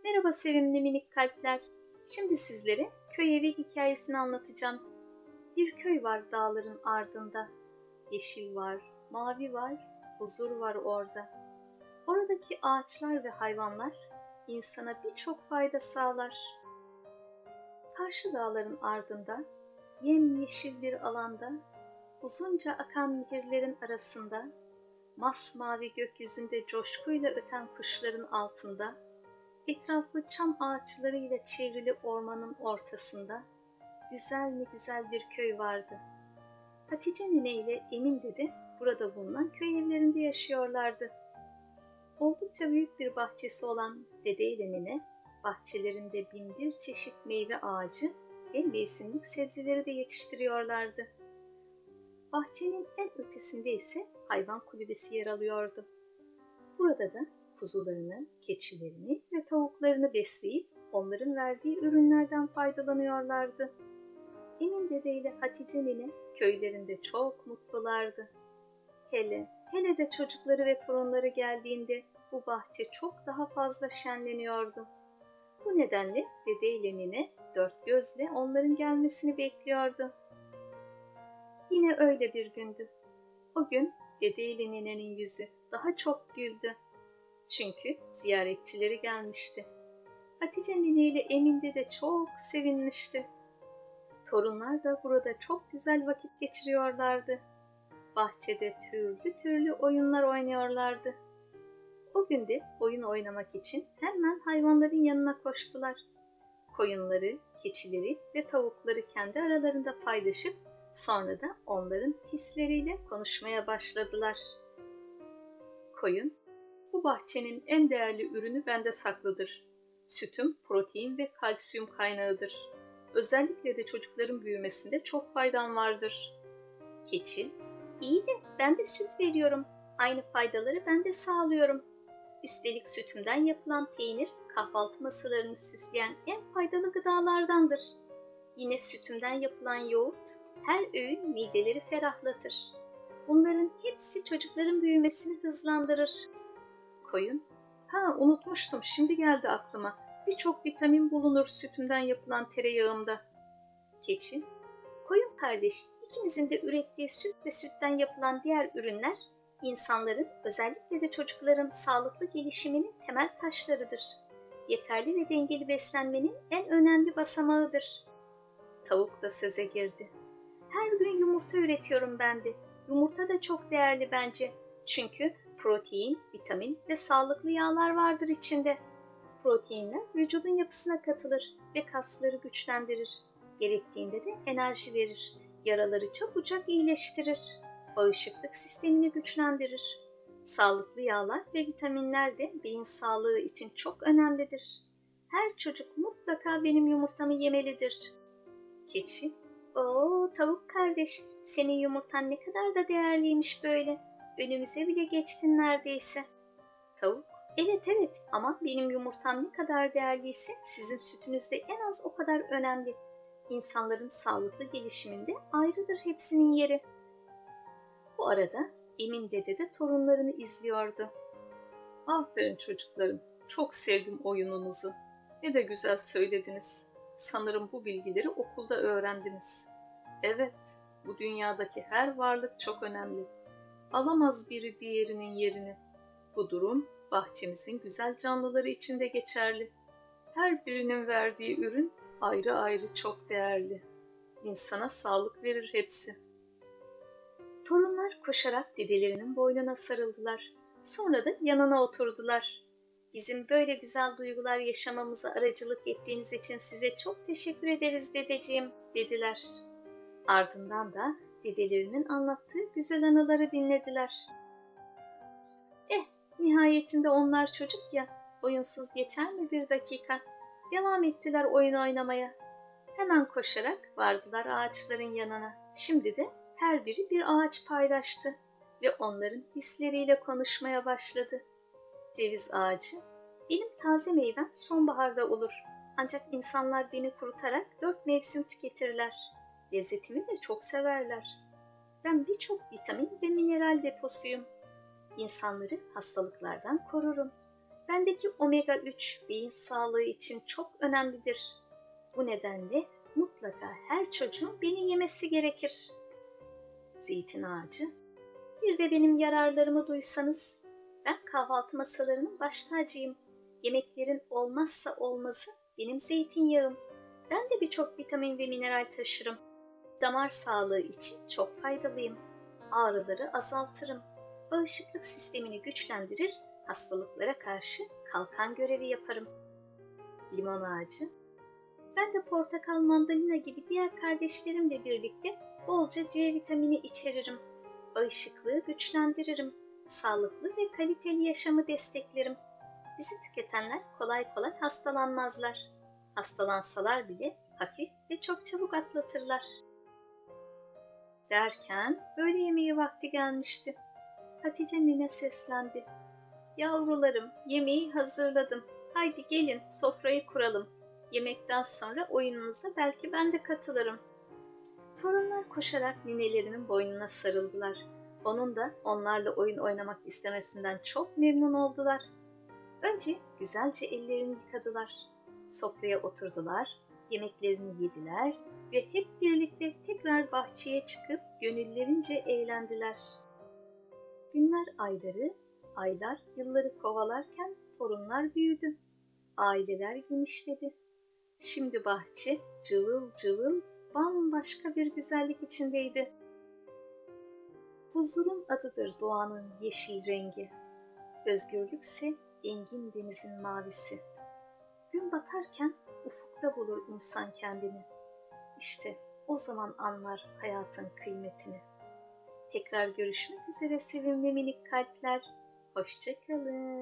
Merhaba sevimli minik kalpler. Şimdi sizlere köy evi hikayesini anlatacağım. Bir köy var dağların ardında. Yeşil var, mavi var, huzur var orada. Oradaki ağaçlar ve hayvanlar insana birçok fayda sağlar. Karşı dağların ardında, yemyeşil bir alanda, uzunca akan nehirlerin arasında, masmavi gökyüzünde coşkuyla öten kuşların altında, etrafı çam ağaçlarıyla çevrili ormanın ortasında güzel mi güzel bir köy vardı. Hatice nine ile Emin dede burada bulunan köy evlerinde yaşıyorlardı. Oldukça büyük bir bahçesi olan dede ile nine, bahçelerinde binbir çeşit meyve ağacı ve mevsimlik sebzeleri de yetiştiriyorlardı. Bahçenin en ötesinde ise hayvan kulübesi yer alıyordu. Burada da kuzularını, keçilerini ve tavuklarını besleyip onların verdiği ürünlerden faydalanıyorlardı. Emin dede ile Hatice nine köylerinde çok mutlulardı. Hele de çocukları ve torunları geldiğinde bu bahçe çok daha fazla şenleniyordu. Bu nedenle dede ile nine dört gözle onların gelmesini bekliyordu. Yine öyle bir gündü. O gün dede ile ninenin yüzü daha çok güldü. Çünkü ziyaretçileri gelmişti. Hatice nine ile Emin dede çok sevinmişti. Torunlar da burada çok güzel vakit geçiriyorlardı. Bahçede türlü türlü oyunlar oynuyorlardı. O gün de oyun oynamak için hemen hayvanların yanına koştular. Koyunları, keçileri ve tavukları kendi aralarında paylaşıp sonra da onların hisleriyle konuşmaya başladılar. Koyun, bu bahçenin en değerli ürünü bende saklıdır. Sütüm protein ve kalsiyum kaynağıdır. Özellikle de çocukların büyümesinde çok faydam vardır. Keçi, iyi de ben de süt veriyorum. Aynı faydaları ben de sağlıyorum. Üstelik sütümden yapılan peynir kahvaltı masalarını süsleyen en faydalı gıdalardandır. Yine sütümden yapılan yoğurt her öğün mideleri ferahlatır. Bunların hepsi çocukların büyümesini hızlandırır. Koyun, unutmuştum, şimdi geldi aklıma. Birçok vitamin bulunur sütümden yapılan tereyağımda. Keçi, koyun kardeş, ikimizin de ürettiği süt ve sütten yapılan diğer ürünler, insanların, özellikle de çocukların sağlıklı gelişiminin temel taşlarıdır. Yeterli ve dengeli beslenmenin en önemli basamağıdır. Tavuk da söze girdi. Her gün yumurta üretiyorum ben de. Yumurta da çok değerli bence. Çünkü protein, vitamin ve sağlıklı yağlar vardır içinde. Proteinler vücudun yapısına katılır ve kasları güçlendirir. Gerektiğinde de enerji verir. Yaraları çabucak iyileştirir. Bağışıklık sistemini güçlendirir. Sağlıklı yağlar ve vitaminler de beyin sağlığı için çok önemlidir. Her çocuk mutlaka benim yumurtamı yemelidir. Keçi, tavuk kardeş, senin yumurtan ne kadar da değerliymiş böyle. Önümüze bile geçtin neredeyse. Tavuk, evet ama benim yumurtam ne kadar değerliyse sizin sütünüz de en az o kadar önemli. İnsanların sağlıklı gelişiminde ayrıdır hepsinin yeri. Bu arada Emin dede de torunlarını izliyordu. Aferin çocuklarım, çok sevdim oyununuzu. Ne de güzel söylediniz. Sanırım bu bilgileri okulda öğrendiniz. Evet, bu dünyadaki her varlık çok önemli. Alamaz biri diğerinin yerini. Bu durum bahçemizin güzel canlıları için de geçerli. Her birinin verdiği ürün ayrı ayrı çok değerli. İnsana sağlık verir hepsi. Torunlar koşarak dedelerinin boynuna sarıldılar. Sonra da yanına oturdular. Bizim böyle güzel duygular yaşamamıza aracılık ettiğiniz için size çok teşekkür ederiz dedeciğim, dediler. Ardından da dedelerinin anlattığı güzel anıları dinlediler. Nihayetinde onlar çocuk ya, oyunsuz geçer mi bir dakika? Devam ettiler oyun oynamaya. Hemen koşarak vardılar ağaçların yanına. Şimdi de her biri bir ağaç paylaştı ve onların hisleriyle konuşmaya başladı. Ceviz ağacı, benim taze meyvem sonbaharda olur. Ancak insanlar beni kurutarak 4 mevsim tüketirler. Lezzetimi de çok severler. Ben birçok vitamin ve mineral deposuyum. İnsanları hastalıklardan korurum. Bendeki omega 3 beyin sağlığı için çok önemlidir. Bu nedenle mutlaka her çocuğun beni yemesi gerekir. Zeytin ağacı, bir de benim yararlarımı duysanız, ben kahvaltı masalarının baş tacıyım. Yemeklerin olmazsa olmazı benim zeytinyağım. Ben de birçok vitamin ve mineral taşırım. Damar sağlığı için çok faydalıyım. Ağrıları azaltırım. Bağışıklık sistemini güçlendirir, hastalıklara karşı kalkan görevi yaparım. Limon ağacı, ben de portakal, mandalina gibi diğer kardeşlerimle birlikte bolca C vitamini içeririm. Bağışıklığı güçlendiririm. Sağlıklı ve kaliteli yaşamı desteklerim. Bizi tüketenler kolay kolay hastalanmazlar. Hastalansalar bile hafif ve çok çabuk atlatırlar. Derken öğle yemeği vakti gelmişti. Hatice nine seslendi. Yavrularım, yemeği hazırladım. Haydi gelin sofrayı kuralım. Yemekten sonra oyununuza belki ben de katılırım. Torunlar koşarak ninelerinin boynuna sarıldılar. Onun da onlarla oyun oynamak istemesinden çok memnun oldular. Önce güzelce ellerini yıkadılar. Sofraya oturdular, yemeklerini yediler ve hep birlikte tekrar bahçeye çıkıp gönüllerince eğlendiler. Günler ayları, aylar yılları kovalarken torunlar büyüdü. Aileler genişledi. Şimdi bahçe cıvıl cıvıl bambaşka bir güzellik içindeydi. Huzurun adıdır doğanın yeşil rengi. Özgürlükse engin denizin mavisi. Gün batarken ufukta bulur insan kendini. İşte o zaman anlar hayatın kıymetini. Tekrar görüşmek üzere sevimli minik kalpler. Hoşça kalın.